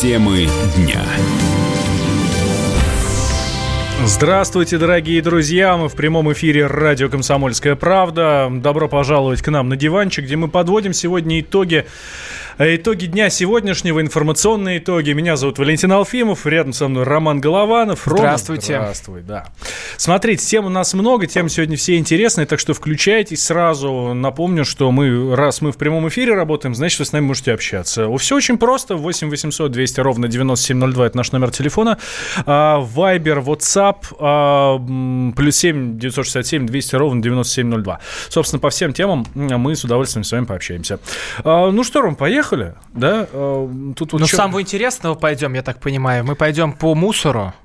Темы дня. Здравствуйте, дорогие друзья! Мы в прямом эфире радио «Комсомольская правда». Добро пожаловать к нам на диванчик, где мы подводим сегодня итоги дня сегодняшнего, информационные итоги. Меня зовут Валентин Алфимов, рядом со мной Роман Голованов. Здравствуйте. Здравствуй, да. Смотрите, тем у нас много, тем сегодня все интересные, так что включайтесь сразу. Напомню, что раз мы в прямом эфире работаем, значит, вы с нами можете общаться. Все очень просто. 8 800 200 ровно 9702 – это наш номер телефона. Вайбер, WhatsApp, плюс 7 967 200 ровно 9702. Собственно, по всем темам мы с удовольствием с вами пообщаемся. Ну что, Ром, поехали? Да? Тут вот самого интересного пойдем, я так понимаю. Мы пойдем по мусору.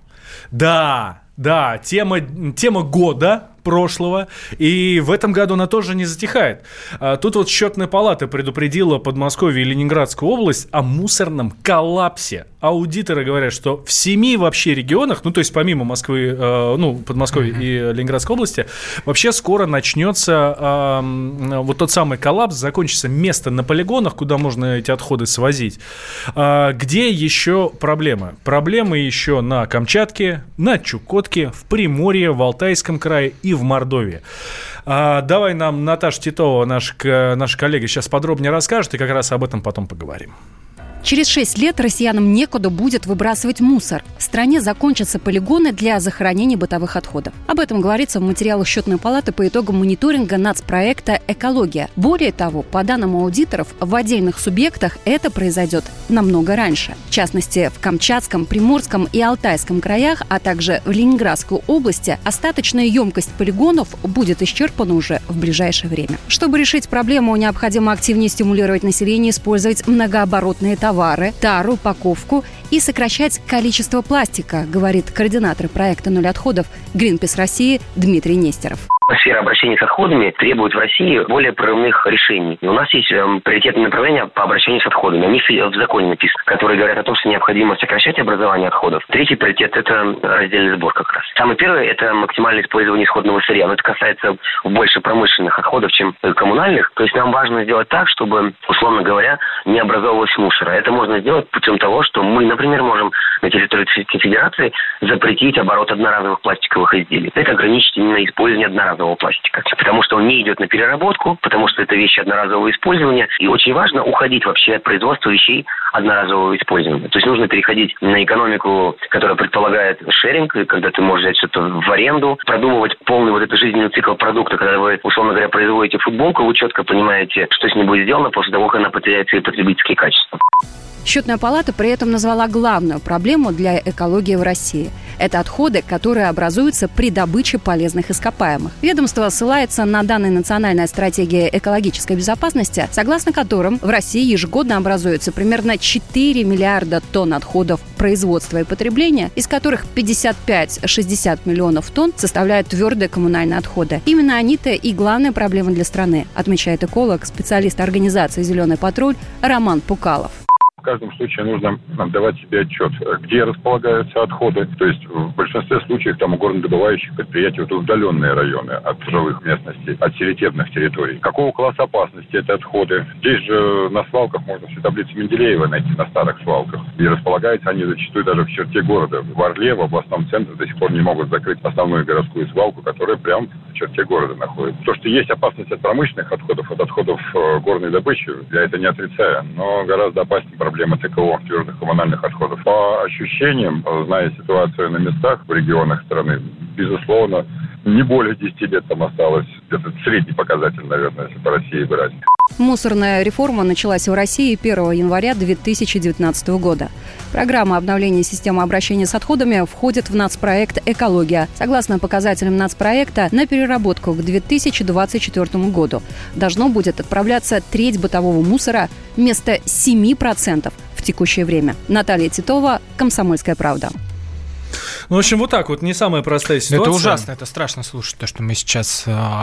Да, тема года прошлого, и в этом году она тоже не затихает. Тут вот Счетная палата предупредила Подмосковье и Ленинградскую область о мусорном коллапсе. Аудиторы говорят, что в 7 вообще регионах, то есть помимо Москвы, Подмосковья и Ленинградской области, вообще скоро начнется вот тот самый коллапс, закончится место на полигонах, куда можно эти отходы свозить. Где еще проблемы? Проблемы еще на Камчатке, на Чукотке, в Приморье, в Алтайском крае и в Мордовии. Давай нам Наташа Титова, наша коллега, сейчас подробнее расскажет, и как раз об этом потом поговорим. Через 6 лет россиянам некуда будет выбрасывать мусор. В стране закончатся полигоны для захоронения бытовых отходов. Об этом говорится в материалах Счетной палаты по итогам мониторинга нацпроекта «Экология». Более того, по данным аудиторов, в отдельных субъектах это произойдет намного раньше. В частности, в Камчатском, Приморском и Алтайском краях, а также в Ленинградской области остаточная емкость полигонов будет исчерпана уже в ближайшее время. Чтобы решить проблему, необходимо активнее стимулировать население использовать многооборотные товары, тару, упаковку и сокращать количество пластика, говорит координатор проекта «Ноль отходов» Greenpeace России Дмитрий Нестеров. Сфера обращения с отходами требует в России более прорывных решений. И у нас есть приоритетные направления по обращению с отходами. Они в законе написаны, которые говорят о том, что необходимо сокращать образование отходов. Третий приоритет – это раздельный сбор как раз. Самый первый – это максимальное использование исходного сырья. Но это касается больше промышленных отходов, чем коммунальных. То есть нам важно сделать так, чтобы, условно говоря, не образовывалось мусора. Это можно сделать путем того, что мы, например, можем на территории Российской Федерации запретить оборот одноразовых пластиковых изделий. Это ограничить именно использование одноразового пластика. Потому что он не идет на переработку, потому что это вещи одноразового использования. И очень важно уходить вообще от производства вещей одноразового использования. То есть нужно переходить на экономику, которая предполагает шеринг, когда ты можешь взять что-то в аренду, продумывать полный вот этот жизненный цикл продукта, когда вы, условно говоря, производите футболку, вы четко понимаете, что с ней будет сделано после того, как она потеряет свои потребительские качества. Счетная палата при этом назвала главную проблему для экологии в России. Это отходы, которые образуются при добыче полезных ископаемых. Ведомство ссылается на данные Национальной стратегии экологической безопасности, согласно которым в России ежегодно образуется примерно 4 миллиарда тонн отходов производства и потребления, из которых 55-60 миллионов тонн составляют твердые коммунальные отходы. Именно они-то и главная проблема для страны, отмечает эколог, специалист организации «Зеленый патруль» Роман Пукалов. В каждом случае нужно отдавать себе отчет, где располагаются отходы. То есть в большинстве случаев там у горнодобывающих предприятий вот удаленные районы от жилых местностей, от селитетных территорий. Какого класса опасности это отходы? Здесь же на свалках можно всю таблицу Менделеева найти на старых свалках. И располагаются они зачастую даже в черте города. В Орле, в областном центре до сих пор не могут закрыть основную городскую свалку, которая прямо в черте города находится. То, что есть опасность от промышленных отходов, от отходов горной добычи, я это не отрицаю, но гораздо опаснее проблема ТКО, твердых коммунальных отходов. По ощущениям, зная ситуацию на местах в регионах страны, безусловно, не более 10 лет там осталось. Это средний показатель, наверное, если по России брать. Мусорная реформа началась в России 1 января 2019 года. Программа обновления системы обращения с отходами входит в нацпроект «Экология». Согласно показателям нацпроекта, на переработку к 2024 году должно будет отправляться треть бытового мусора вместо 7% в текущее время. Наталья Титова, «Комсомольская правда». Ну, в общем, вот так вот, не самая простая ситуация. Это ужасно, это страшно слушать, то, что мы сейчас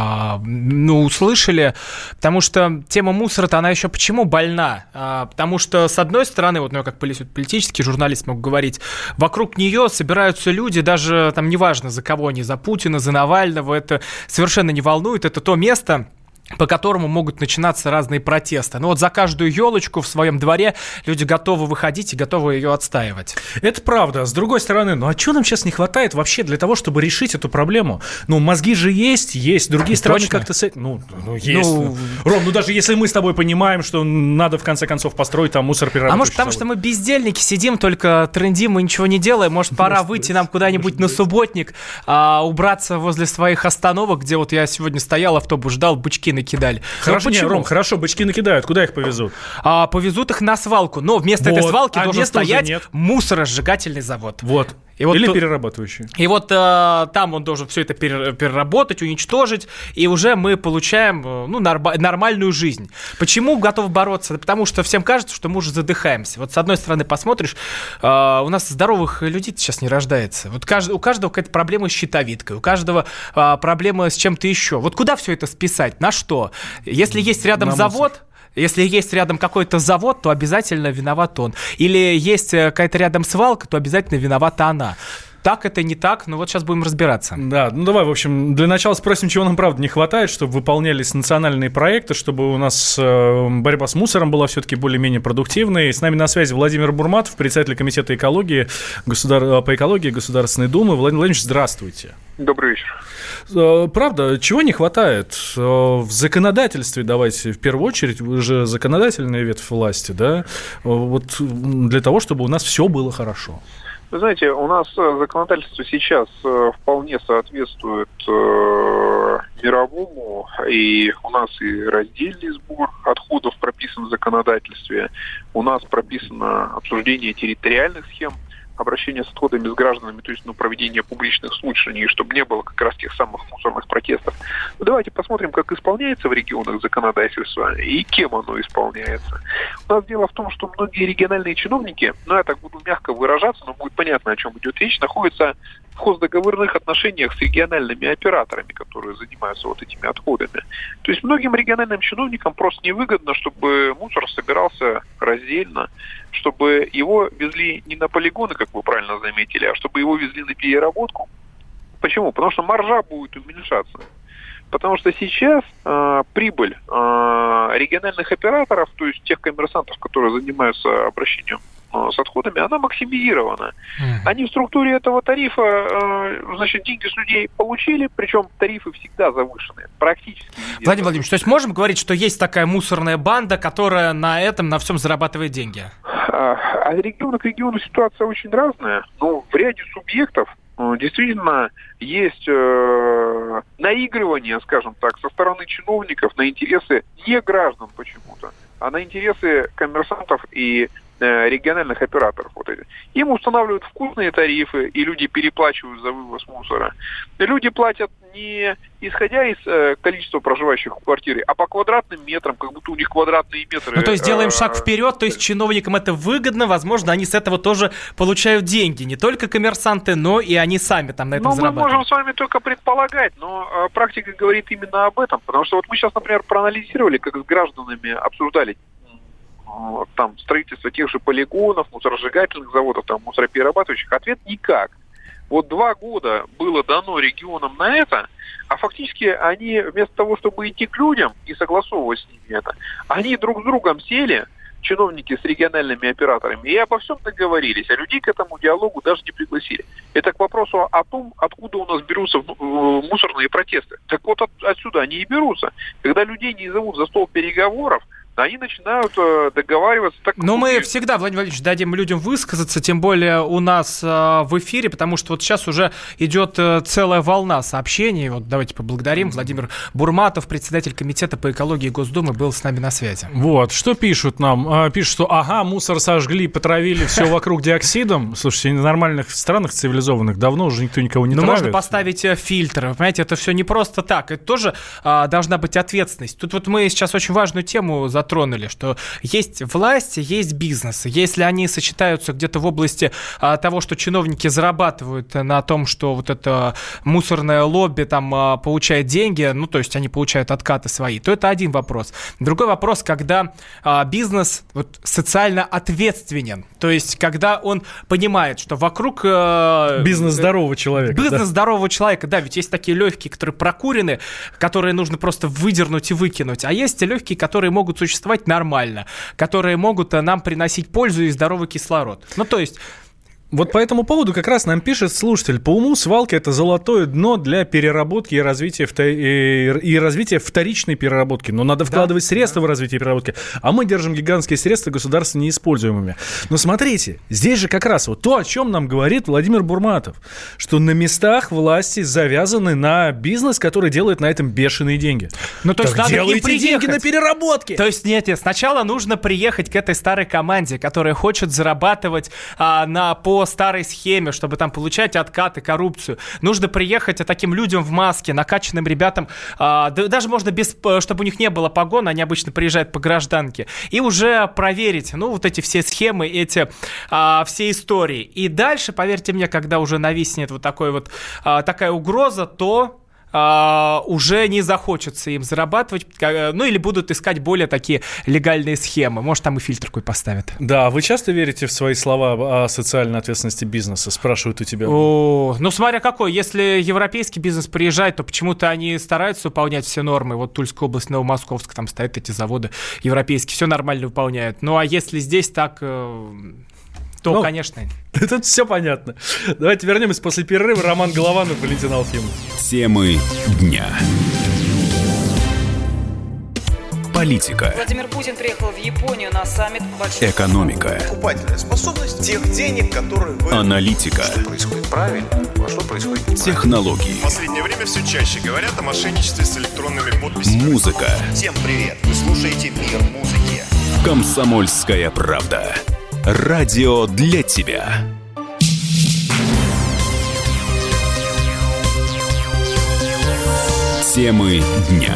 услышали, потому что тема мусора-то, она еще почему больна? Потому что, с одной стороны, вот, как политический журналист мог говорить, вокруг нее собираются люди, даже там неважно за кого они, за Путина, за Навального, это совершенно не волнует, это то место, по которому могут начинаться разные протесты. Ну вот за каждую елочку в своем дворе люди готовы выходить и готовы ее отстаивать. Это правда. С другой стороны, ну а чего нам сейчас не хватает вообще для того, чтобы решить эту проблему? Ну, мозги же есть. Другие страны как-то... Ну, есть. Ром, ну даже если мы с тобой понимаем, что надо в конце концов построить там мусороперерабатывающий А может потому, что мы бездельники, сидим, только трендим и ничего не делаем? Может пора выйти нам куда-нибудь на субботник, убраться возле своих остановок, где вот я сегодня стоял, автобус ждал, бычки накидали. Хорошо, Ром, хорошо, бычки накидают. Куда их повезут? Повезут их на свалку. Но вместо этой свалки должен стоять мусоросжигательный завод. Вот. Или перерабатывающий. И вот там он должен все это переработать, уничтожить, и уже мы получаем нормальную жизнь. Почему готов бороться? Да потому что всем кажется, что мы уже задыхаемся. Вот с одной стороны посмотришь, у нас здоровых людей сейчас не рождается. Вот у каждого какая-то проблема с щитовидкой, у каждого проблема с чем-то еще. Вот куда все это списать? На что? Если есть рядом завод... Если есть рядом какой-то завод, то обязательно виноват он. Или есть какая-то рядом свалка, то обязательно виновата она. Так это не так, но вот сейчас будем разбираться. Да, ну давай, в общем, для начала спросим, чего нам правда не хватает, чтобы выполнялись национальные проекты, чтобы у нас борьба с мусором была все-таки более-менее продуктивной. С нами на связи Владимир Бурматов, председатель комитета экологии, по экологии Государственной Думы. Владимир Владимирович, здравствуйте. Добрый вечер. Правда, чего не хватает в законодательстве, давайте в первую очередь, вы же законодательная ветвь власти, да, вот для того, чтобы у нас все было хорошо? Вы знаете, у нас законодательство сейчас вполне соответствует мировому, и у нас и раздельный сбор отходов прописан в законодательстве, у нас прописано обсуждение территориальных схем обращения с отходами с гражданами, то есть проведение публичных слушаний, чтобы не было как раз тех самых мусорных протестов. Но давайте посмотрим, как исполняется в регионах законодательство и кем оно исполняется. У нас дело в том, что многие региональные чиновники, я так буду мягко выражаться, но будет понятно, о чем идет речь, находятся в хоздоговорных отношениях с региональными операторами, которые занимаются вот этими отходами. То есть многим региональным чиновникам просто невыгодно, чтобы мусор собирался раздельно, чтобы его везли не на полигоны, как вы правильно заметили, а чтобы его везли на переработку. Почему? Потому что маржа будет уменьшаться. Потому что сейчас прибыль региональных операторов, то есть тех коммерсантов, которые занимаются обращением с отходами, она максимизирована. Они в структуре этого тарифа, деньги с людей получили, причем тарифы всегда завышенные, практически. Владимир Владимирович, то есть можем говорить, что есть такая мусорная банда, которая на всем зарабатывает деньги? От региона к региону ситуация очень разная, но в ряде субъектов действительно есть наигрывание, скажем так, со стороны чиновников на интересы не граждан почему-то, а на интересы коммерсантов и региональных операторов. Вот эти. Им устанавливают вкусные тарифы, и люди переплачивают за вывоз мусора. Люди платят не исходя из количества проживающих в квартире, а по квадратным метрам, как будто у них квадратные метры. То есть делаем шаг вперед, то есть чиновникам это выгодно, возможно, они с этого тоже получают деньги. Не только коммерсанты, но и они сами там на этом зарабатывают. Мы можем с вами только предполагать, но практика говорит именно об этом, потому что вот мы сейчас, например, проанализировали, как с гражданами обсуждали там строительство тех же полигонов, мусоросжигательных заводов, там мусороперерабатывающих. Ответ никак. Вот 2 года было дано регионам на это, а фактически они вместо того, чтобы идти к людям и согласовывать с ними это, они друг с другом сели, чиновники с региональными операторами, и обо всем договорились, а людей к этому диалогу даже не пригласили. Это к вопросу о том, откуда у нас берутся мусорные протесты. Так вот отсюда они и берутся. Когда людей не зовут за стол переговоров, они начинают договариваться. Но мы всегда, Владимир Владимирович, дадим людям высказаться, тем более у нас в эфире, потому что вот сейчас уже идет целая волна сообщений. Вот давайте поблагодарим. Владимир Бурматов, председатель комитета по экологии Госдумы, был с нами на связи. Вот, что пишут нам? Пишут, что мусор сожгли, потравили все вокруг диоксидом. Слушайте, в нормальных странах цивилизованных давно уже никто никого не травит. Можно поставить фильтр. Вы понимаете, это все не просто так. Это тоже должна быть ответственность. Тут вот мы сейчас очень важную тему затронули. затронули, что есть власть, есть бизнес. Если они сочетаются где-то в области того, что чиновники зарабатывают на том, что вот это мусорное лобби там получает деньги, ну, то есть они получают откаты свои, то это один вопрос. Другой вопрос, когда бизнес вот, социально ответственен, то есть когда он понимает, что вокруг... Бизнес здорового человека. Бизнес здорового человека, да, ведь есть такие легкие, которые прокурены, которые нужно просто выдернуть и выкинуть, а есть легкие, которые могут существовать нормально, которые могут нам приносить пользу и здоровый кислород. Ну, то есть... Вот по этому поводу как раз нам пишет слушатель: по уму свалка — это золотое дно для переработки и развития вторичной переработки. Но надо вкладывать средства в развитие переработки. А мы держим гигантские средства государства неиспользуемыми. Но смотрите, здесь же как раз вот то, о чем нам говорит Владимир Бурматов, что на местах власти завязаны на бизнес, который делает на этом бешеные деньги. Ну, то есть так надо делайте деньги на переработке. То есть нет, сначала нужно приехать к этой старой команде, которая хочет зарабатывать по старой схеме, чтобы там получать откаты, коррупцию. Нужно приехать таким людям в маске, накачанным ребятам, даже можно без, чтобы у них не было погон, они обычно приезжают по гражданке, и уже проверить, ну, вот эти все схемы, эти все истории. И дальше, поверьте мне, когда уже нависнет вот такой вот такая угроза, то уже не захочется им зарабатывать, ну или будут искать более такие легальные схемы. Может, там и фильтр какой поставят. Да, вы часто верите в свои слова о социальной ответственности бизнеса? Спрашивают у тебя. Ну, смотря какой. Если европейский бизнес приезжает, то почему-то они стараются выполнять все нормы. Вот Тульская область, Новомосковск, там стоят эти заводы европейские, все нормально выполняют. Ну, а если здесь так... то, конечно. Тут все понятно. Давайте вернемся после перерыва. Роман Голованов, Валентин Алфимов. Темы дня. Политика. Владимир Путин приехал в Японию на саммит большой... Экономика. Покупательная способность тех денег, которые вы... Аналитика. Что происходит правильно, а что происходит неправильно. Технологии. В последнее время все чаще говорят о мошенничестве с электронными подписями. Музыка. Всем привет! Вы слушаете «Мир музыки». Комсомольская правда. Радио для тебя. Темы дня.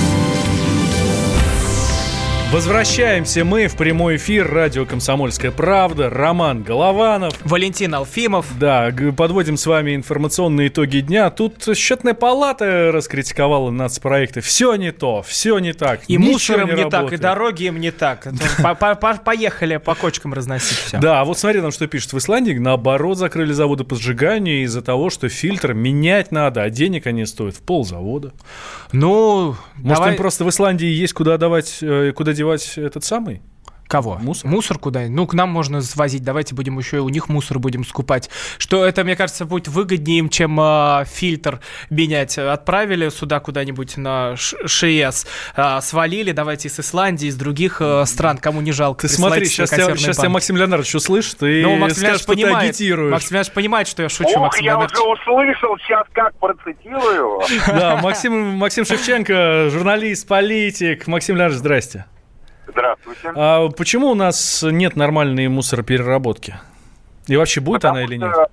Возвращаемся мы в прямой эфир. Радио «Комсомольская правда». Роман Голованов. Валентин Алфимов. Да, подводим с вами информационные итоги дня. Тут счетная палата раскритиковала нацпроекты. Все не то, все не так. И мусором не работает. так, и дороги им не так. Поехали по кочкам разносить все. Да, вот смотри, нам что пишут. В Исландии, наоборот, закрыли заводы по сжиганию из-за того, что фильтр менять надо, а денег они стоят в ползавода. Ну, может, им просто в Исландии есть куда девать этот самый? Кого? Мусор куда? Ну, к нам можно свозить. Давайте будем еще и у них мусор будем скупать. Что это, мне кажется, будет выгоднее им, чем фильтр менять. Отправили сюда куда-нибудь на ШИЭС, свалили, давайте из Исландии, из других стран, кому не жалко. Ты смотри, сейчас тебя Максим Леонардович услышит и скажет, что ты агитируешь. Максим Леонардович понимает, что я шучу, Максим я Леонардович. уже услышал, сейчас как процитирую. Да, Максим Шевченко, журналист, политик. Максим Леонардович, здрасте. Здравствуйте. А почему у нас нет нормальной мусоропереработки? И вообще будет она или нет?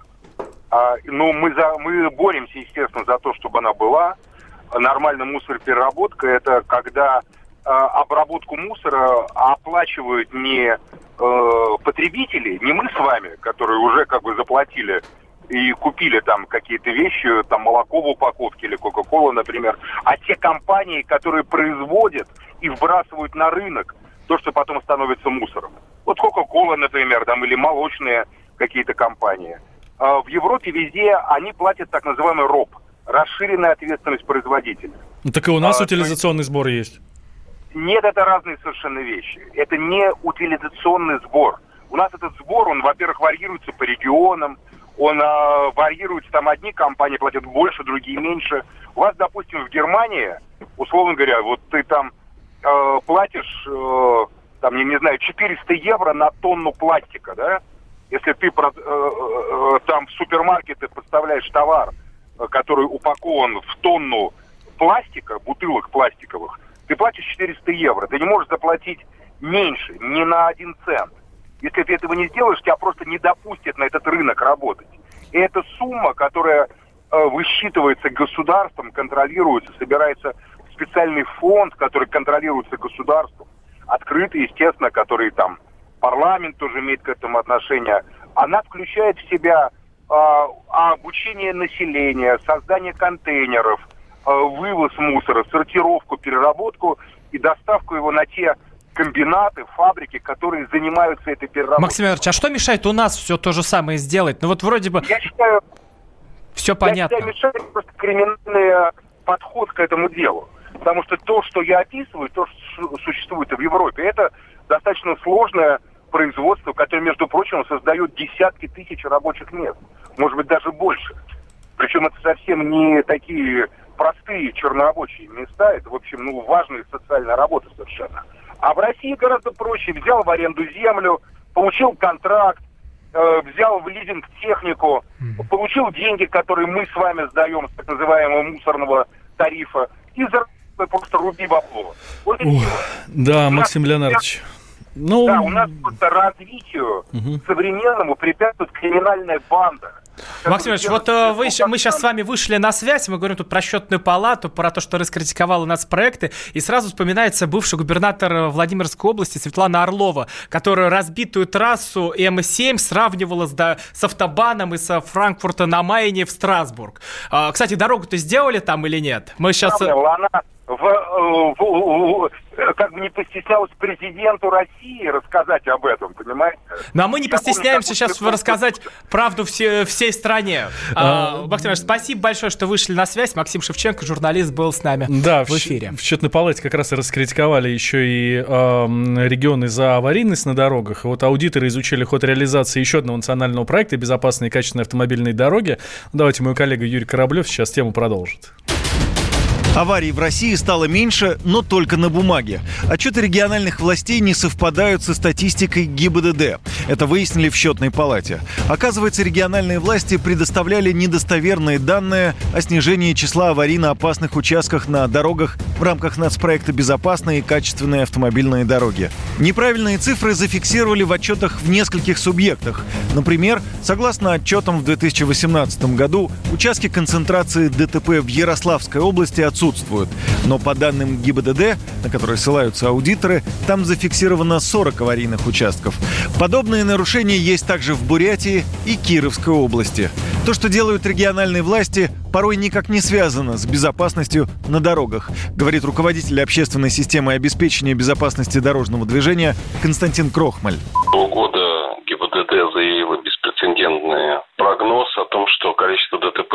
Мы боремся, естественно, за то, чтобы она была. Нормальная мусоропереработка – это когда обработку мусора оплачивают не потребители, не мы с вами, которые уже как бы заплатили и купили там какие-то вещи, там молоко в упаковке или Кока-Кола, например, а те компании, которые производят и вбрасывают на рынок то, что потом становится мусором. Вот Кока-Кола, например, там, или молочные какие-то компании. В Европе везде они платят так называемый РОП, расширенная ответственность производителя. Ну, так и у нас утилизационный сбор есть. Нет, это разные совершенно вещи. Это не утилизационный сбор. У нас этот сбор, он, во-первых, варьируется по регионам, он варьируется, там одни компании платят больше, другие меньше. У вас, допустим, в Германии, условно говоря, вот ты там платишь, там, я не знаю, 400 евро на тонну пластика, да? Если ты там в супермаркеты поставляешь товар, который упакован в тонну пластика, бутылок пластиковых, ты платишь 400 евро. Ты не можешь заплатить меньше, ни на 1 цент. Если ты этого не сделаешь, тебя просто не допустят на этот рынок работать. И это сумма, которая высчитывается государством, контролируется, собирается специальный фонд, который контролируется государством. открытая, естественно, которые там парламент тоже имеет к этому отношение, она включает в себя обучение населения, создание контейнеров, вывоз мусора, сортировку, переработку и доставку его на те комбинаты, фабрики, которые занимаются этой переработкой. Максим Иванович, а что мешает у нас все то же самое сделать? Ну вот вроде бы... Я считаю, все понятно. Я считаю, мешает просто криминальный подход к этому делу. Потому что то, что я описываю, то, что существует в Европе, это достаточно сложное производство, которое, между прочим, создает десятки тысяч рабочих мест. Может быть, даже больше. Причем это совсем не такие простые чернорабочие места. Это, в общем, важная социальная работа совершенно. А в России гораздо проще. Взял в аренду землю, получил контракт, взял в лизинг технику, получил деньги, которые мы с вами сдаем с так называемого мусорного тарифа, и просто руби бабло. Вот и все. Да, Максим Леонардович. Да, у нас просто развитию современному препятствует криминальная банда. Максим Иванович, вот мы сейчас с вами вышли на связь, мы говорим тут про счетную палату, про то, что раскритиковала нацпроекты, и сразу вспоминается бывший губернатор Владимирской области Светлана Орлова, которая разбитую трассу М7 сравнивала с автобаном из Франкфурта на Майне в Страсбург. Кстати, дорогу-то сделали там или нет? Мы сейчас... Она как бы не постеснялась президенту России рассказать об этом, понимаете? Ну, а мы не постесняемся сейчас рассказать правду всей стране. Максим Иванович, спасибо большое, что вышли на связь. Максим Шевченко, журналист, был с нами в эфире. В счетной палате как раз и раскритиковали еще и регионы за аварийность на дорогах. Вот аудиторы изучили ход реализации еще одного национального проекта «Безопасные и качественные автомобильные дороги». Давайте мой коллега Юрий Кораблев сейчас тему продолжит. Аварий в России стало меньше, но только на бумаге. Отчеты региональных властей не совпадают со статистикой ГИБДД. Это выяснили в счетной палате. Оказывается, региональные власти предоставляли недостоверные данные о снижении числа аварийно опасных участках на дорогах в рамках нацпроекта «Безопасные и качественные автомобильные дороги». Неправильные цифры зафиксировали в отчетах в нескольких субъектах. Например, согласно отчетам в 2018 году, участки концентрации ДТП в Ярославской области отсутствуют. Но по данным ГИБДД, на которые ссылаются аудиторы, там зафиксировано 40 аварийных участков. Подобные нарушения есть также в Бурятии и Кировской области. То, что делают региональные власти, порой никак не связано с безопасностью на дорогах, говорит руководитель общественной системы обеспечения безопасности дорожного движения Константин Крохмаль. Полгода ГИБДД заявила беспрецедентный прогноз о том, что количество ДТП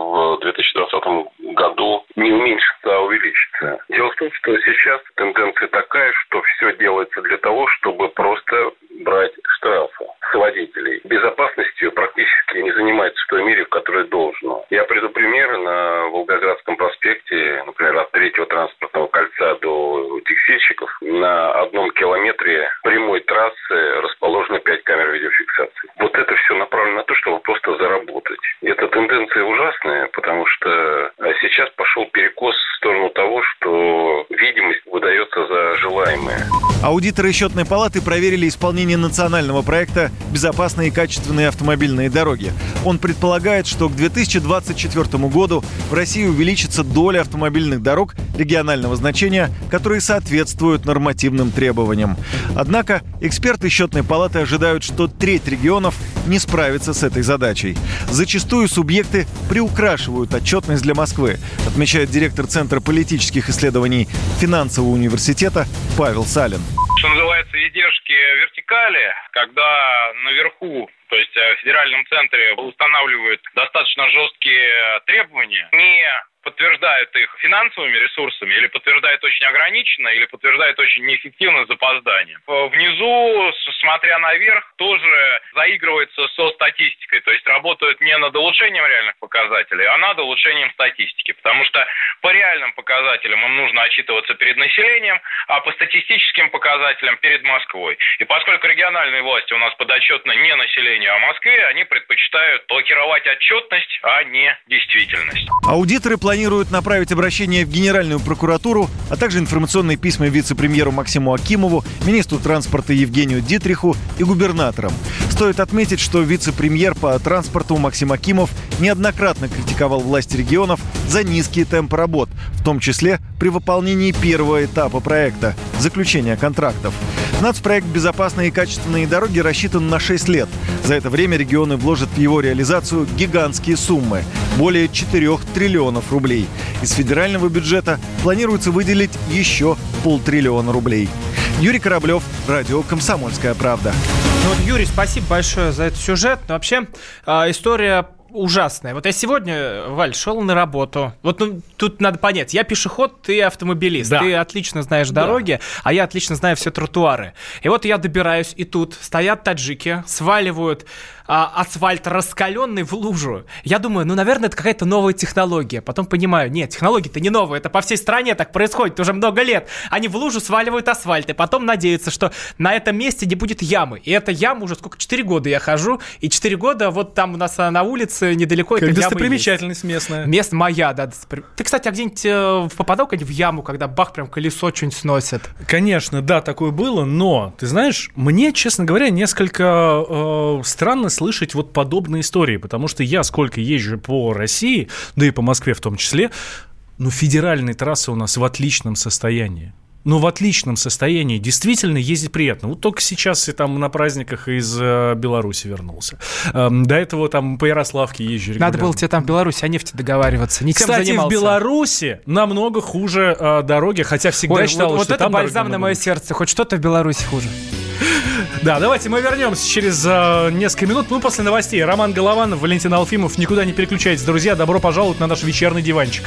в 2020 году не уменьшится, а увеличится. Дело в том, что сейчас тенденция такая, что все делается для того, чтобы просто брать штрафы с водителей. Безопасностью практически не занимается в той мере, в которой должно. Я приведу пример. На Волгоградском проспекте, например, от 3-го транспортного кольца до Текстильщиков, на 1 километре прямой трассы расположено 5 камер видеофиксации. Вот это все направлено на то, чтобы просто заработать. Эта тенденция ужасная, потому что сейчас пошел перекос в сторону того, что видимость выдается за желаемое. Аудиторы счетной палаты проверили исполнение национального проекта «Безопасные и качественные автомобильные дороги». Он предполагает, что к 2024 году в России увеличится доля автомобильных дорог регионального значения, которые соответствуют нормативным требованиям. Однако эксперты счетной палаты ожидают, что треть регионов не справится с этой задачей. Зачастую субъекты приукрашивают отчетность для Москвы, отмечает директор Центра политических исследований финансового университета Павел Салин. Что называется, издержки вертикали, когда наверху, то есть в федеральном центре, устанавливают достаточно жесткие требования, не подтверждают их финансовыми ресурсами, или подтверждают очень ограниченно, или подтверждают очень неэффективно с запозданием. Внизу, смотря наверх, тоже заигрывается со статистикой, то есть работают не над улучшением реальных показателей, а над улучшением статистики, потому что по реальным показателям им нужно отчитываться перед населением, а по статистическим показателям перед Москвой. И поскольку региональные власти у нас подотчетны не населению, а Москве, они предпочитают блокировать отчетность, а не действительность. Аудиторы планируют планируют направить обращение в Генеральную прокуратуру, а также информационные письма вице-премьеру Максиму Акимову, министру транспорта Евгению Дитриху и губернаторам. Стоит отметить, что вице-премьер по транспорту Максим Акимов неоднократно критиковал власти регионов за низкие темпы работ, в том числе при выполнении первого этапа проекта – заключения контрактов. Нацпроект «Безопасные и качественные дороги» рассчитан на 6 лет. За это время регионы вложат в его реализацию гигантские суммы – более 4 триллионов рублей. Из федерального бюджета планируется выделить еще 500 миллиона рублей. Юрий Кораблев, радио «Комсомольская правда». Ну вот, Юрий, спасибо большое за этот сюжет. Но вообще история ужасная. Вот я сегодня, Валь, шел на работу. Вот тут надо понять, я пешеход, ты автомобилист. Да. Ты отлично знаешь дороги, а я отлично знаю все тротуары. И вот я добираюсь, и тут стоят таджики, сваливают асфальт раскаленный в лужу. Я думаю, наверное, это какая-то новая технология. Потом понимаю, нет, технология-то не новая, это по всей стране так происходит уже много лет. Они в лужу сваливают асфальт, и потом надеются, что на этом месте не будет ямы. И эта яма уже 4 года я хожу, и 4 года вот там у нас на улице недалеко эта яма есть. Достопримечательность местная. Место моя, да. Ты, кстати, где-нибудь попадал в яму, когда бах, прям колесо что-нибудь сносит? Конечно, да, такое было, но, ты знаешь, мне, честно говоря, несколько странно слышать вот подобные истории, потому что я сколько езжу по России, да и по Москве в том числе, федеральные трассы у нас в отличном состоянии. В отличном состоянии. Действительно ездить приятно. Вот только сейчас я там на праздниках из Беларуси вернулся. До этого там по Ярославке езжу регулярно. Надо было тебе там в Беларуси о нефти договариваться. Не Кстати, тем занимался. В Беларуси намного хуже дороги, хотя всегда считалось, что там... Вот это бальзам на мое сердце. Хоть что-то в Беларуси хуже. Да, давайте мы вернемся через несколько минут. После новостей. Роман Голованов, Валентин Алфимов. Никуда не переключайтесь, друзья. Добро пожаловать на наш вечерний диванчик.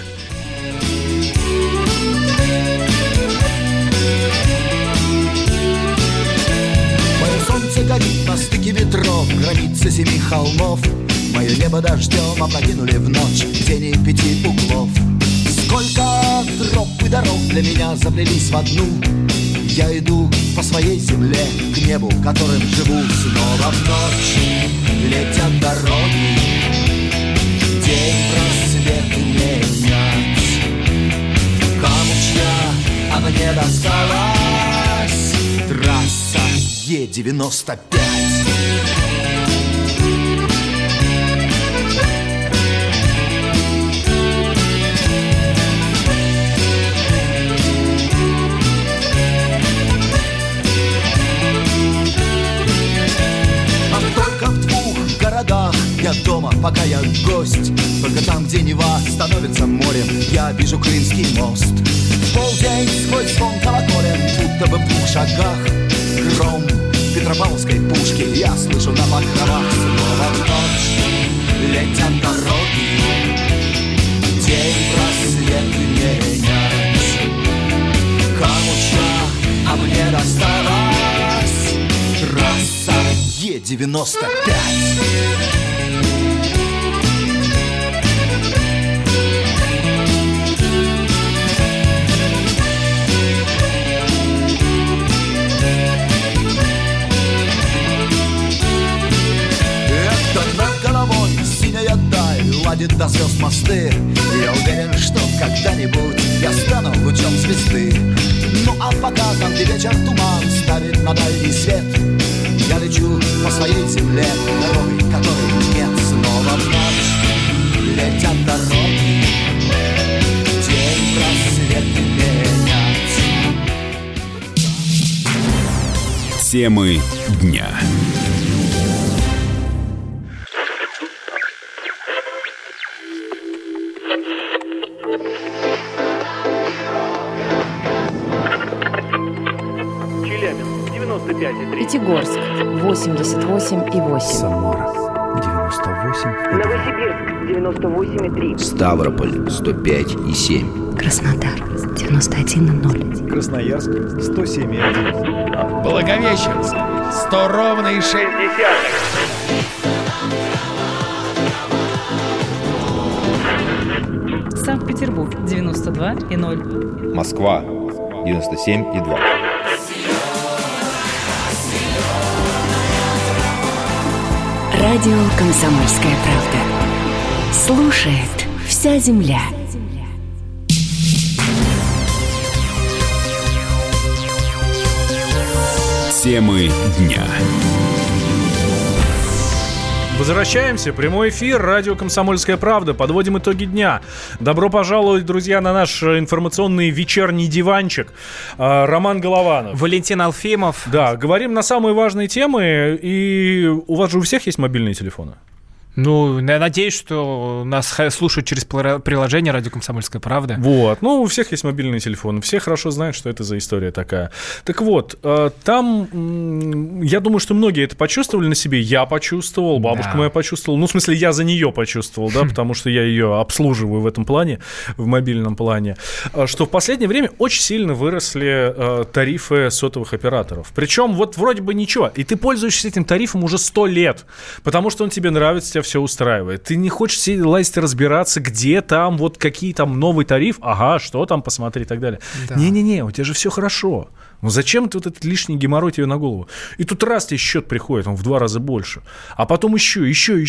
Горит на стыке метро, границы 7 холмов. Мое небо дождем опрокинули в ночь тени 5 углов. Сколько троп и дорог для меня заплелись в одну. Я иду по своей земле к небу, которым живу. Снова в ночь летят дороги, день просвет менять. Кому чья, а мне досталась трасса Е-95. А только в 2 городах я дома, пока я гость. Только там, где Нева становится морем, я вижу Крымский мост. В полдень сквозь звон колоколен, будто бы в 2 шагах гром Петропавловской пушки я слышу на покровах. Снова в ночь летят дороги, день просвет менять. Кому чья, а мне досталась трасса Е-95. Ладит до звезд мосты. Я уверен, что когда-нибудь я стану лучом звезды. Ну а пока там, где вечер туман ставит на дальний свет, я лечу по своей земле дорогой, которой нет. Снова в ночь летят дороги, день просвет менять. Темы дня. Пятигорск 88,8. Самара 98,2. Новосибирск 98,3. Ставрополь 105,7. Краснодар 91,0. Красноярск 107,1. Благовещенск 100,6. Санкт-Петербург 92,0. Москва 97,2. Радио «Комсомольская правда». Слушает вся земля. Темы дня. Возвращаемся. Прямой эфир. Радио «Комсомольская правда». Подводим итоги дня. Добро пожаловать, друзья, на наш информационный вечерний диванчик. Роман Голованов. Валентин Алфимов. Да, говорим на самые важные темы. И у вас же у всех есть мобильные телефоны? Ну, я надеюсь, что нас слушают через приложение «Радио Комсомольская правда». Вот. Ну, у всех есть мобильные телефоны. Все хорошо знают, что это за история такая. Так вот, там, я думаю, что многие это почувствовали на себе. Я почувствовал, бабушка моя почувствовала. Ну, в смысле, я за нее почувствовал, да, потому что я ее обслуживаю в этом плане, в мобильном плане. Что в последнее время очень сильно выросли тарифы сотовых операторов. Причем вот вроде бы ничего. И ты пользуешься этим тарифом уже 100 лет, потому что он тебе нравится, все устраивает. Ты не хочешь лазить и разбираться, где там, вот какие там новый тариф, ага, что там, посмотри и так далее. Да. Не-не-не, у тебя же все хорошо. Ну зачем ты вот этот лишний геморрой тебе на голову? И тут раз тебе счет приходит, он в 2 раза больше. А потом еще.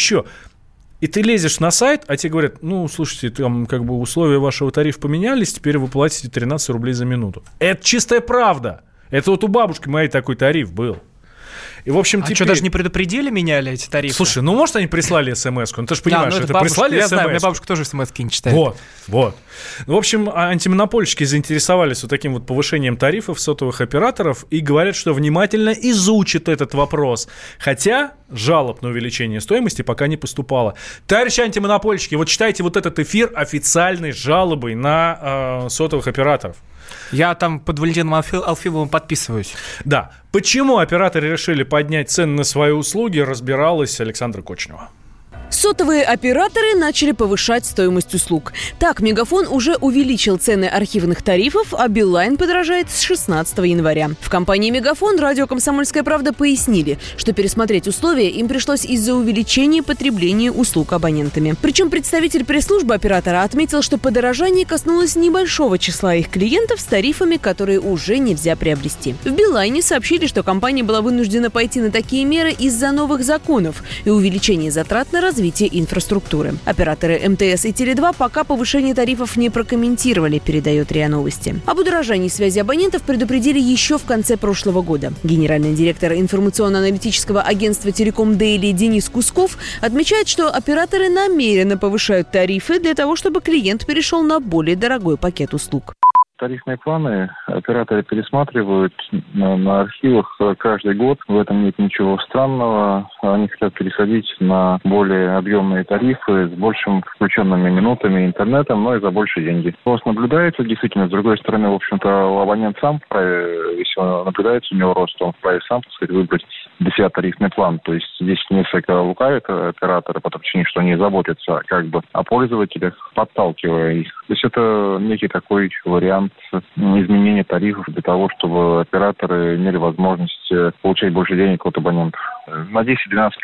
И ты лезешь на сайт, а тебе говорят, ну, слушайте, там как бы условия вашего тарифа поменялись, теперь вы платите 13 рублей за минуту. Это чистая правда. Это вот у бабушки моей такой тариф был. И, в общем, теперь... что, даже не предупредили, меняли эти тарифы? Слушай, ну, может, они прислали смс-ку. Ну, ты же понимаешь, что это прислали смс-ку. Я знаю, у меня бабушка тоже смс-ки не читает. Вот. В общем, антимонопольщики заинтересовались вот таким вот повышением тарифов сотовых операторов и говорят, что внимательно изучат этот вопрос. Хотя жалоб на увеличение стоимости пока не поступало. Товарищи антимонопольщики, вот считайте вот этот эфир официальной жалобой на сотовых операторов. Я там под Валентином Алфимовым подписываюсь. Да. Почему операторы решили поднять цены на свои услуги, разбиралась Александра Кочнева. Сотовые операторы начали повышать стоимость услуг. Так, Мегафон уже увеличил цены архивных тарифов, а Билайн подорожает с 16 января. В компании Мегафон радио «Комсомольская правда» пояснили, что пересмотреть условия им пришлось из-за увеличения потребления услуг абонентами. Причем представитель пресс-службы оператора отметил, что подорожание коснулось небольшого числа их клиентов с тарифами, которые уже нельзя приобрести. В Билайне сообщили, что компания была вынуждена пойти на такие меры из-за новых законов и увеличения затрат на развитие инфраструктуры. Операторы МТС и Теле2 пока повышение тарифов не прокомментировали, передает РИА Новости. Об удорожании связи абонентов предупредили еще в конце прошлого года. Генеральный директор информационно-аналитического агентства «Телеком Дейли» Денис Кусков отмечает, что операторы намеренно повышают тарифы для того, чтобы клиент перешел на более дорогой пакет услуг. Тарифные планы операторы пересматривают на архивах каждый год. В этом нет ничего странного. Они хотят переходить на более объемные тарифы с большим включенными минутами, интернетом, но и за большие деньги. Рост наблюдается, действительно. С другой стороны, в общем-то, абонент сам вправе, если наблюдается у него рост, он вправе сам, так сказать, выбрать для себя тарифный план. То есть здесь несколько лукавят операторы по той причине, что они заботятся как бы о пользователях, подталкивая их. То есть это некий такой вариант изменения тарифов для того, чтобы операторы имели возможность получать больше денег от абонентов. На 10-12%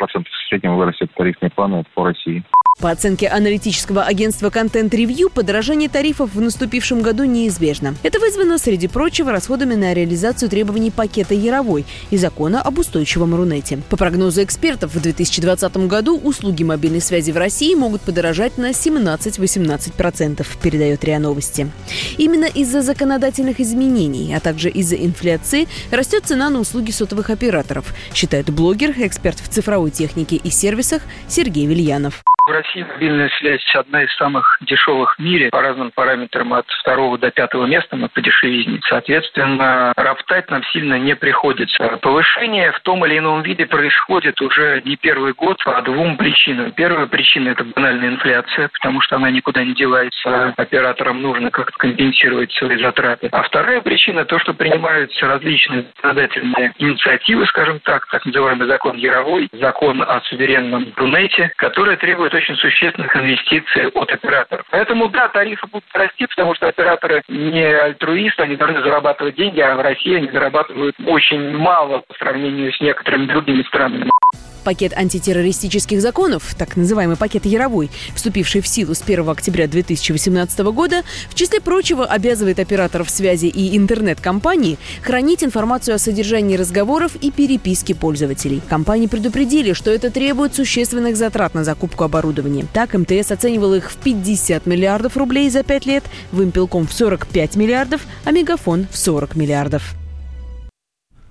в среднем вырастет тарифные планы по России. По оценке аналитического агентства Content Review, подорожание тарифов в наступившем году неизбежно. Это вызвано, среди прочего, расходами на реализацию требований пакета Яровой и закона об устойчивом Рунете. По прогнозу экспертов, в 2020 году услуги мобильной связи в России могут подорожать на 17-18%, передает РИА Новости. Именно из-за законодательных изменений, а также из-за инфляции растет цена на услуги сотовых операторов, считает блогер, эксперт в цифровой технике и сервисах Сергей Вильянов. В России мобильная связь одна из самых дешевых в мире. По разным параметрам от 2 до 5 места мы по дешевизне. Соответственно, роптать нам сильно не приходится. Повышение в том или ином виде происходит уже не первый год по 2 причинам. Первая причина – это банальная инфляция, потому что она никуда не девается. Операторам нужно как-то компенсировать свои затраты. А вторая причина – то, что принимаются различные законодательные инициативы, скажем так называемый закон Яровой, закон о суверенном Рунете, который требует очень существенных инвестиций от операторов. Поэтому, да, тарифы будут расти, потому что операторы не альтруисты, они должны зарабатывать деньги, а в России они зарабатывают очень мало по сравнению с некоторыми другими странами. Пакет антитеррористических законов, так называемый пакет Яровой, вступивший в силу с 1 октября 2018 года, в числе прочего обязывает операторов связи и интернет-компаний хранить информацию о содержании разговоров и переписке пользователей. Компании предупредили, что это требует существенных затрат на закупку оборудования. Так, МТС оценивал их в 50 миллиардов рублей за 5 лет, Вимпелком в 45 миллиардов, а Мегафон в 40 миллиардов.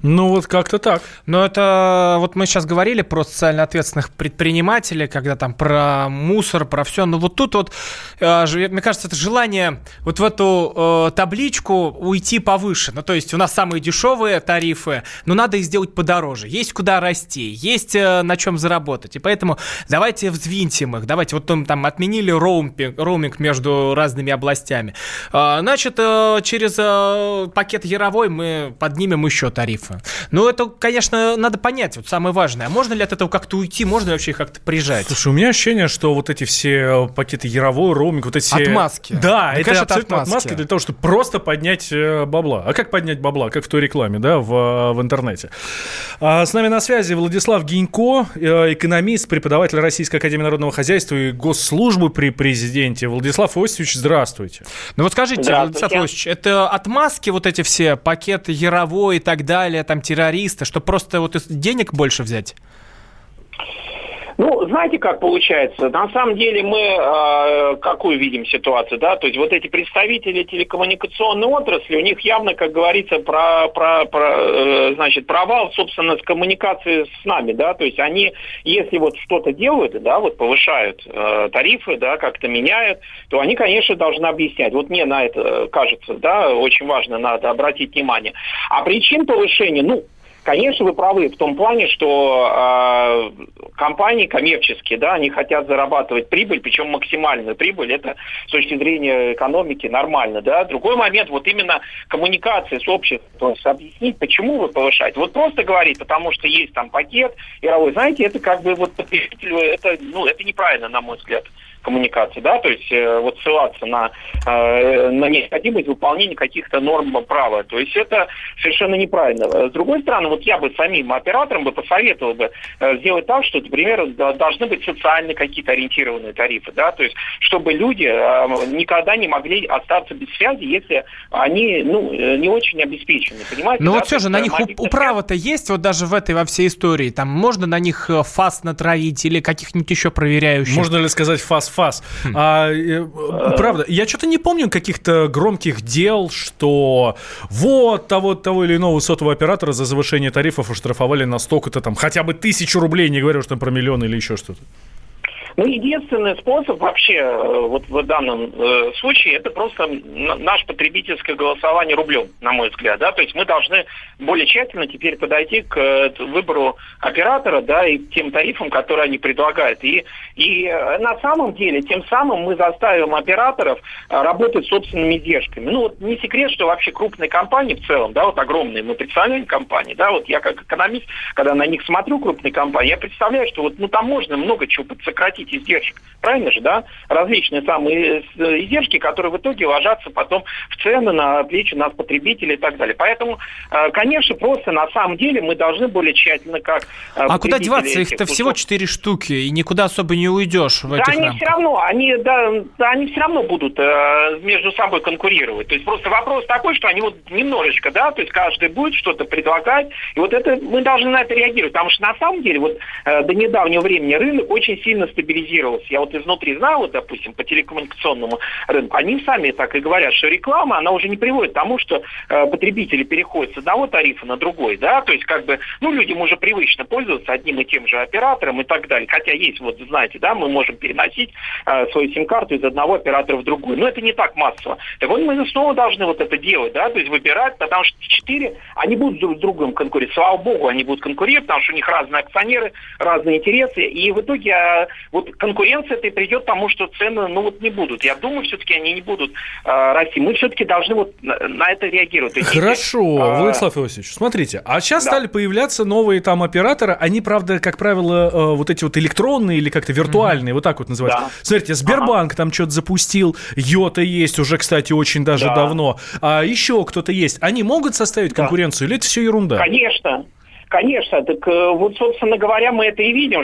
Ну, вот как-то так. Но это, вот мы сейчас говорили про социально ответственных предпринимателей, когда там про мусор, про все. Но вот тут вот, мне кажется, это желание вот в эту табличку уйти повыше. Ну, то есть у нас самые дешевые тарифы, но надо их сделать подороже. Есть куда расти, есть на чем заработать. И поэтому давайте взвинтим их. Давайте, вот там отменили роуминг между разными областями. Значит, через пакет Яровой мы поднимем еще тарифы. Ну, это, конечно, надо понять, вот самое важное. А можно ли от этого как-то уйти, можно ли вообще их как-то прижать? Слушай, у меня ощущение, что вот эти все пакеты Яровой, роуминг, вот эти... Отмазки. Да, Мне это кажется, абсолютно отмазки для того, чтобы просто поднять бабла. А как поднять бабла? Как в той рекламе, да, в интернете. С нами на связи Владислав Гинько, экономист, преподаватель Российской академии народного хозяйства и госслужбы при президенте. Владислав Иосифович, здравствуйте. Ну вот скажите, Владислав Иосифович, это отмазки вот эти все, пакеты Яровой и так далее, там террористы, чтобы просто вот денег больше взять? Ну, знаете, как получается? На самом деле мы какую видим ситуацию, да? То есть вот эти представители телекоммуникационной отрасли, у них явно, как говорится, значит, провал, собственно, с коммуникацией с нами, да? То есть они, если вот что-то делают, да, вот повышают тарифы, да, как-то меняют, то они, конечно, должны объяснять. Вот мне на это кажется, да, очень важно, надо обратить внимание. А причин повышения, ну, конечно, вы правы в том плане, что компании коммерческие, да, они хотят зарабатывать прибыль, причем максимальную прибыль, это с точки зрения экономики нормально, да. Другой момент, вот именно коммуникация с обществом, то есть объяснить, почему вы повышаете. Вот просто говорить, потому что есть там пакет Яровой, знаете, это как бы вот потребителю, это неправильно, на мой взгляд, коммуникации, да, то есть вот ссылаться на необходимость выполнения каких-то норм права, то есть это совершенно неправильно. С другой стороны, вот я бы самим операторам бы посоветовал бы сделать так, что, например, должны быть социально какие-то ориентированные тарифы, да, то есть чтобы люди никогда не могли остаться без связи, если они, ну, не очень обеспечены, понимаете? Ну да? вот все же, на них управа-то есть, вот даже во всей истории, там можно на них ФАС натравить или каких-нибудь еще проверяющих? Можно ли сказать ФАС? Правда, я что-то не помню каких-то громких дел, что вот того или иного сотового оператора за завышение тарифов оштрафовали на столько-то там, хотя бы 1000 рублей, не говорю, что там про миллион или еще что-то. Ну, единственный способ вообще вот в данном случае это просто наше потребительское голосование рублем, на мой взгляд, да, то есть мы должны более тщательно теперь подойти к выбору оператора, да, и к тем тарифам, которые они предлагают. И на самом деле тем самым мы заставим операторов работать собственными издержками. Ну, вот не секрет, что вообще крупные компании в целом, да, вот огромные, мы представляем компании, да, вот я как экономист, когда на них смотрю, крупные компании, я представляю, что вот, ну, там можно много чего подсократить издержек. Правильно же, да? Различные самые издержки, которые в итоге ложатся потом в цены на плечи нас, потребителей и так далее. Поэтому, конечно, просто на самом деле мы должны более тщательно как... А куда деваться? Их-то всего 4 штуки, и никуда особо не уйдешь в этих рамках. Все равно, они все равно будут между собой конкурировать. То есть просто вопрос такой, что они вот немножечко, да, то есть каждый будет что-то предлагать, и вот это мы должны на это реагировать, потому что на самом деле вот до недавнего времени рынок очень сильно стабилизировался. Я вот изнутри знаю, вот, допустим, по телекоммуникационному рынку, они сами так и говорят, что реклама, она уже не приводит к тому, что потребители переходят с одного тарифа на другой, да, то есть как бы, ну, людям уже привычно пользоваться одним и тем же оператором и так далее, хотя есть, вот, знаете, да, мы можем переносить свою сим-карту из одного оператора в другой, но это не так массово. Так вот, мы снова должны вот это делать, да, то есть выбирать, потому что 4, они будут друг с другом конкурировать, слава богу, они будут конкурировать, потому что у них разные акционеры, разные интересы, и в итоге вот конкуренция это и придет к тому, что цены, ну, вот не будут. Я думаю, все-таки они не будут расти. Мы все-таки должны вот на это реагировать. Хорошо, Владислав Иосифович, смотрите, а сейчас стали появляться новые там операторы, они, правда, как правило, вот эти вот электронные или как-то виртуальные, вот так вот называются. Да. Смотрите, Сбербанк там что-то запустил, Йота есть уже, кстати, очень даже давно, а еще кто-то есть. Они могут составить конкуренцию или это все ерунда? Конечно, так вот, собственно говоря, мы это и видим,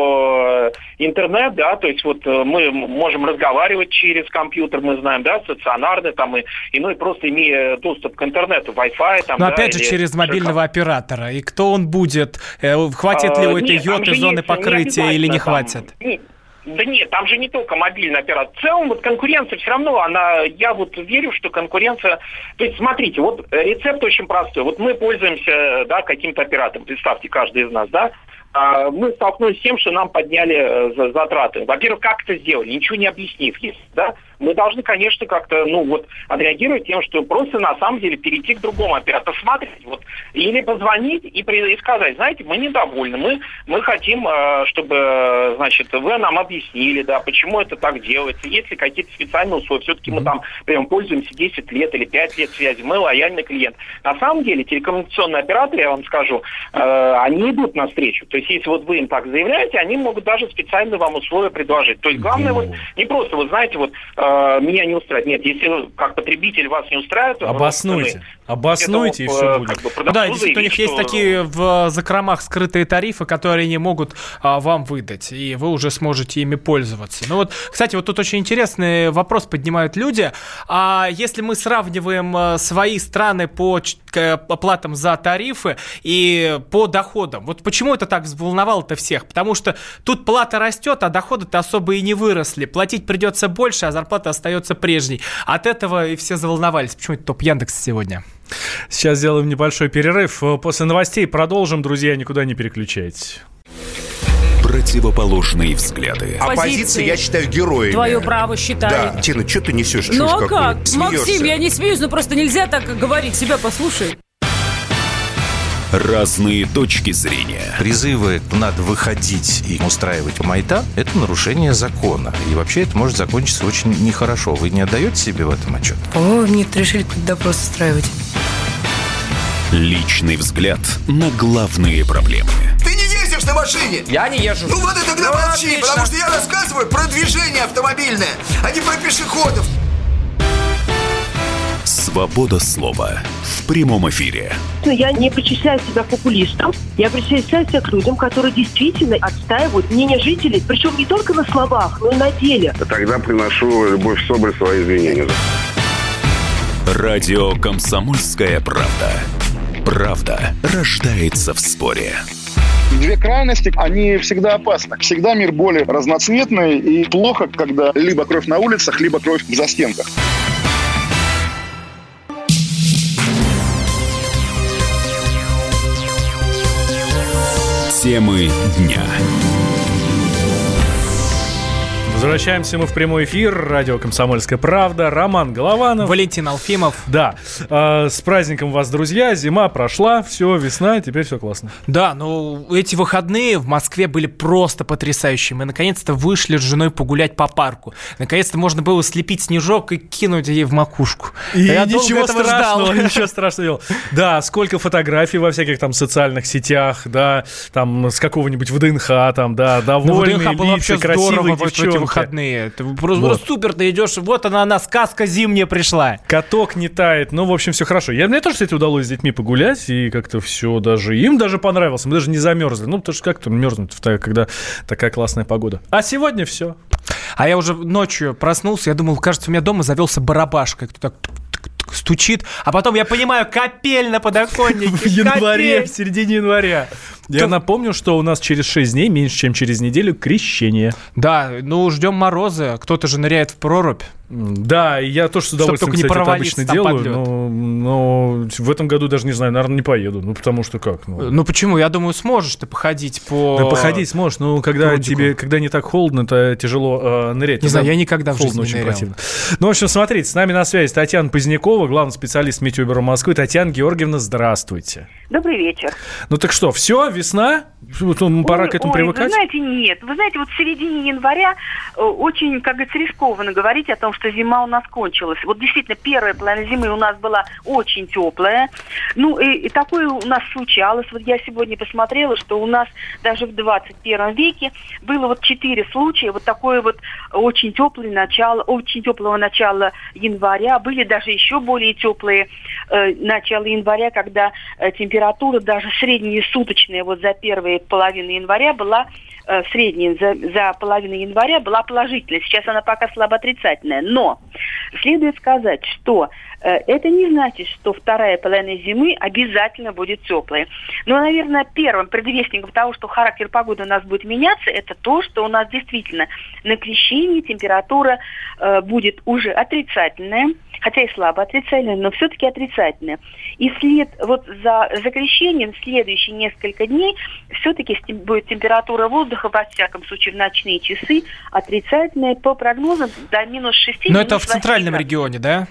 что интернет, да, то есть вот мы можем разговаривать через компьютер, мы знаем, да, стационарный там, и просто имея доступ к интернету, Wi-Fi там, но да, опять же через мобильного оператора, и кто он будет, хватит ли у этой йоты зоны покрытия или не хватит? Да нет, там же не только мобильный оператор. В целом вот конкуренция все равно, я вот верю, что конкуренция... То есть смотрите, вот рецепт очень простой. Вот мы пользуемся, да, каким-то оператором, представьте, каждый из нас, да, мы столкнулись с тем, что нам подняли затраты. Во-первых, как это сделали? Ничего не объяснив, да? Мы должны, конечно, как-то, отреагировать тем, что просто на самом деле перейти к другому оператору, посмотреть, или позвонить и сказать, знаете, мы недовольны, мы хотим, чтобы, значит, вы нам объяснили, да, почему это так делается, есть ли какие-то специальные условия, все-таки мы там прям пользуемся 10 лет или 5 лет связи, мы лояльный клиент. На самом деле телекоммуникационные операторы, я вам скажу, они идут навстречу. То есть, если вот вы им так заявляете, они могут даже специальные вам условия предложить. То есть, главное, не просто, знаете, меня не устраивает. Нет, если как потребитель вас не устраивает... Обоснуйте, и все будет. Да, действительно, у них есть такие в закромах скрытые тарифы, которые они могут вам выдать, и вы уже сможете ими пользоваться. Ну вот, кстати, вот тут очень интересный вопрос поднимают люди. А если мы сравниваем свои страны по оплатам за тарифы и по доходам, вот почему это так взволновало-то всех? Потому что тут плата растет, а доходы-то особо и не выросли. Платить придется больше, а зарплата остается прежней. От этого и все заволновались. Почему это топ Яндекса сегодня? Сейчас сделаем небольшой перерыв. После новостей продолжим, друзья, никуда не переключайтесь. Противоположные взгляды. Оппозиция, я считаю, героями. Твое право считаю. Да, Тина, что ты несешь? Ну а как? Максим, я не смеюсь, просто нельзя так говорить. Себя послушай. Разные точки зрения. Призывы «надо выходить и устраивать майдан» — это нарушение закона. И вообще это может закончиться очень нехорошо. Вы не отдаете себе в этом отчет? Нет, решили какой-то допрос устраивать. Личный взгляд на главные проблемы. Ты не ездишь на машине? Я не езжу. Ну вот и тогда молчи, отлично. Потому что я рассказываю про движение автомобильное, а не про пешеходов. Свобода слова в прямом эфире. Я не причисляю себя популистом. Я причисляю себя к людям, которые действительно отстаивают мнение жителей. Причем не только на словах, но и на деле. Тогда приношу Любовь Соболь свои извинения. Радио «Комсомольская правда». Правда рождается в споре. Две крайности, они всегда опасны. Всегда мир более разноцветный, и плохо, когда либо кровь на улицах, либо кровь в застенках. Темы дня. Возвращаемся мы в прямой эфир. Радио «Комсомольская правда». Роман Голованов. Валентин Алфимов. Да. С праздником вас, друзья. Зима прошла, все, весна, теперь все классно. Да, эти выходные в Москве были просто потрясающие. Мы наконец-то вышли с женой погулять по парку. Наконец-то можно было слепить снежок и кинуть ей в макушку. И я ничего страшного, ничего страшного. Да, сколько фотографий во всяких там социальных сетях, да, там с какого-нибудь ВДНХ, там, да, довольные лица, красивые девчонки. Выходные. Это просто супер, ты идешь, вот она, сказка зимняя пришла. Каток не тает, в общем, все хорошо. Мне тоже, кстати, удалось с детьми погулять, и как-то все даже, им даже понравилось, мы даже не замерзли. Потому что как-то мерзнуть, когда такая классная погода. А сегодня все. А я уже ночью проснулся, я думал, кажется, у меня дома завелся барабашка, кто так стучит, а потом я понимаю, капель на подоконнике. В январе, в середине января. Я напомню, что у нас через 6 дней, меньше чем через неделю, крещение. Да, ждем мороза. Кто-то же ныряет в прорубь. Да, я тоже с удовольствием, кстати, это обычно делаю, но в этом году даже не знаю, наверное, не поеду, потому что как? Почему? Я думаю, сможешь ты походить по... Да, походить сможешь, но когда не так холодно, то тяжело нырять. Не знаю, я никогда в жизни очень не нырял. Противно. В общем, смотрите, с нами на связи Татьяна Позднякова, главный специалист Метеобюро Москвы. Татьяна Георгиевна, здравствуйте. Добрый вечер. Так что, все, весна? Пора к этому привыкать? Вы знаете, нет. Вы знаете, в середине января очень, как говорится, рискованно говорить о том, что зима у нас кончилась. Действительно, первая половина зимы у нас была очень теплая. И такое у нас случалось. Я сегодня посмотрела, что у нас даже в 21 веке было 4 случая такое очень теплого начала января. Были даже еще более теплые начала января, когда температура даже среднесуточная за первую половину января была в среднем за половину января была положительная. Сейчас она пока слабо отрицательная. Но следует сказать, что это не значит, что вторая половина зимы обязательно будет теплой. Но, наверное, первым предвестником того, что характер погоды у нас будет меняться, это то, что у нас действительно на Крещении температура будет уже отрицательная, хотя и слабо отрицательная, но все-таки отрицательная. И за Крещением в следующие несколько дней все-таки будет температура воздуха, во всяком случае, в ночные часы отрицательная, по прогнозам до минус 6. Но это в центральном регионе, да?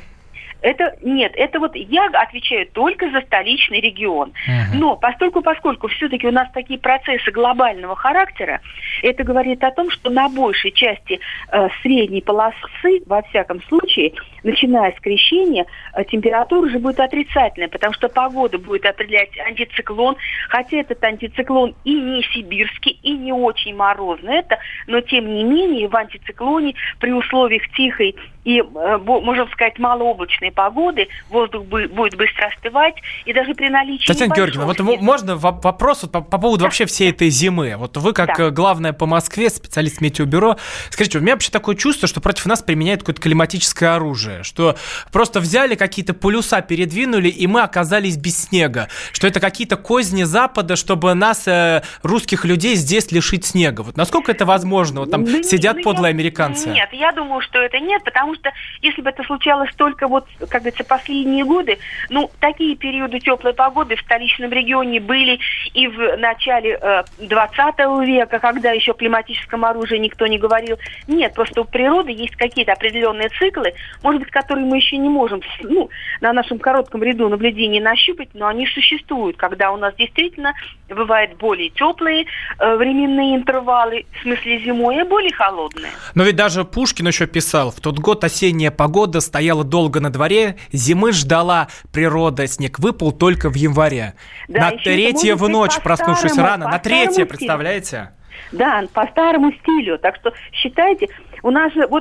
Нет, это вот я отвечаю только за столичный регион. Но поскольку все-таки у нас такие процессы глобального характера, это говорит о том, что на большей части средней полосы, во всяком случае, начиная с Крещения, температура уже будет отрицательная, потому что погода будет определять антициклон, хотя этот антициклон и не сибирский, и не очень морозный, но тем не менее в антициклоне при условиях тихой и, можем сказать, малооблачной погоды воздух будет быстро остывать, и даже при наличии... Татьяна Георгиевна, вот можно вопрос по поводу вообще всей этой зимы? Вот вы, как главная по Москве, специалист метеобюро, скажите, у меня вообще такое чувство, что против нас применяют какое-то климатическое оружие, что просто взяли какие-то полюса, передвинули, и мы оказались без снега, что это какие-то козни Запада, чтобы нас, русских людей, здесь лишить снега. Вот насколько это возможно? Вот там сидят подлые американцы. Нет, я думаю, что это нет, потому что если бы это случалось только как говорится, последние годы, такие периоды теплой погоды в столичном регионе были и в начале 20 века, когда еще о климатическом оружии никто не говорил. Нет, просто у природы есть какие-то определенные циклы, может быть, которые мы еще не можем на нашем коротком ряду наблюдений нащупать, но они существуют, когда у нас действительно бывают более теплые временные интервалы, в смысле зимой, и более холодные. Но ведь даже Пушкин еще писал, в тот год осенняя погода стояла долго на дворе, зимы ждала природа, снег выпал только в январе. Да, на третье в ночь, проснувшись рано, на третье, представляете? Да, по старому стилю. Так что считайте, у нас же в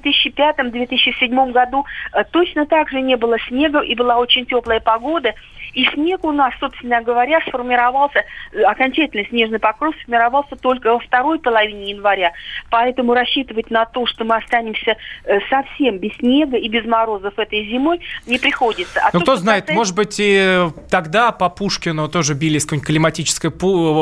2005-2007 году точно так же не было снега и была очень теплая погода. И снег у нас, собственно говоря, сформировался, окончательный снежный покров сформировался только во второй половине января. Поэтому рассчитывать на то, что мы останемся совсем без снега и без морозов этой зимой, не приходится. Кто знает, может быть, и тогда по Пушкину тоже били с какой-нибудь климатической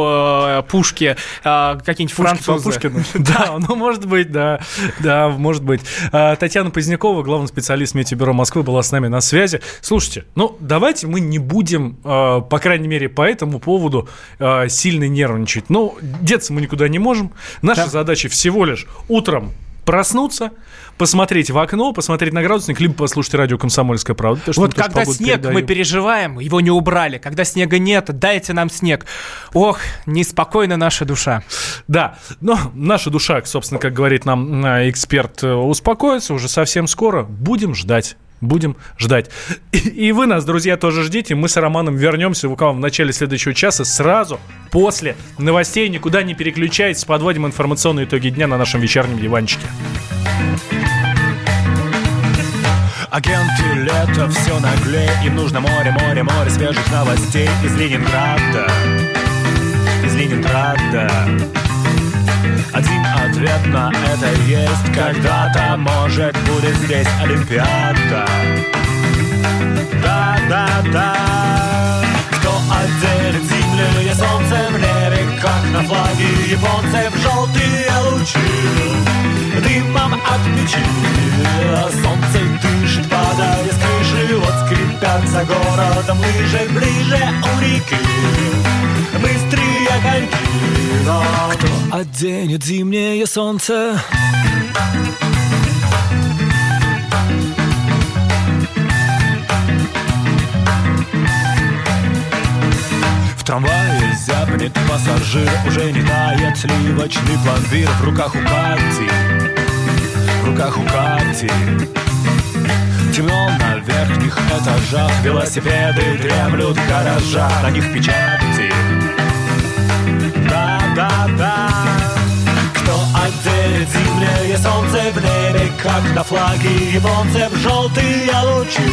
пушки, какие-нибудь французы. Да, может быть, да, может быть. Татьяна Позднякова, главный специалист Метеобюро Москвы, была с нами на связи. Слушайте, давайте мы не будем, по крайней мере, по этому поводу сильно нервничать. Деться мы никуда не можем. Наша задача всего лишь утром проснуться, посмотреть в окно, посмотреть на градусник, либо послушать радио «Комсомольская правда». Вот когда снег мы переживаем, его не убрали. Когда снега нет, дайте нам снег. Ох, неспокойна наша душа. Да, но наша душа, собственно, как говорит нам эксперт, успокоится уже совсем скоро. Будем ждать. И вы нас, друзья, тоже ждите. Мы с Романом вернемся в начале следующего часа, сразу после новостей. Никуда не переключайтесь. Подводим информационные итоги дня на нашем вечернем диванчике. Агенты лето все наглее, им нужно море свежих новостей из Ленинграда. Один ответ на это есть: когда-то, может, будет здесь Олимпиада. Да. Кто отделит землю и солнце в небе, как на флаге японцев, желтые лучи дымом от печи. Солнце дышит, падая с крыши, вот скрипят за городом лыжи, ближе у реки быстрые коньки. Но кто оденет зимнее солнце? В трамвае зябнет пассажир, уже не тает сливочный пломбир. В руках у Кати темно на верхних этажах, велосипеды дремлют в гаражах, на них печати. Да. Кто оденет зимнее солнце в небе, как на флаге японцев, желтые лучи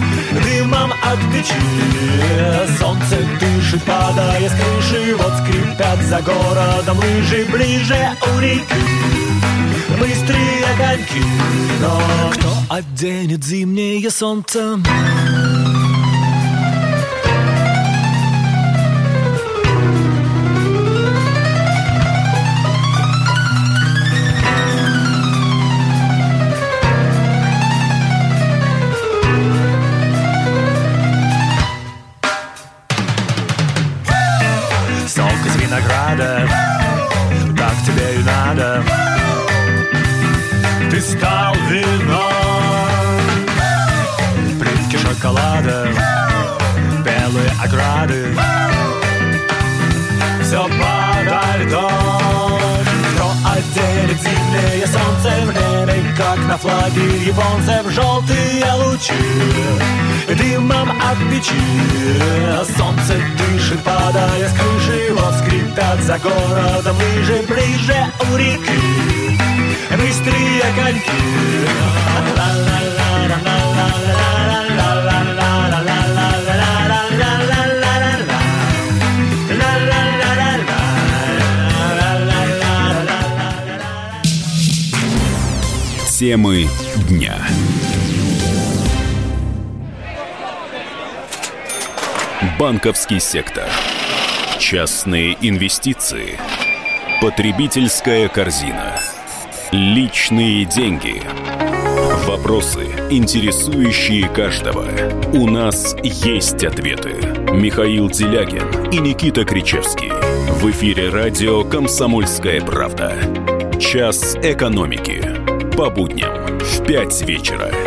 дымом от печи. Солнце дышит, падая с крыши, вот скрип скрипят за городом лыжи, ближе у реки быстрые коньки. Но кто оденет зимнее солнце? Сок из винограда, так тебе и надо. Ты стал вином, плитки шоколада, белые ограды. Все подо льдом. Кто оденет зимнее солнце в небе, как на флаге японцев, желтые лучи дымом от печи. Солнце дышит, падая с крыши, вот скрипят за городом лыжи, ближе у реки быстрые коньки. Темы дня. Банковский сектор. Частные инвестиции. Потребительская корзина. Личные деньги. Вопросы, интересующие каждого. У нас есть ответы. Михаил Делягин и Никита Кричевский. В эфире радио «Комсомольская правда». Час экономики. По будням в 5 вечера.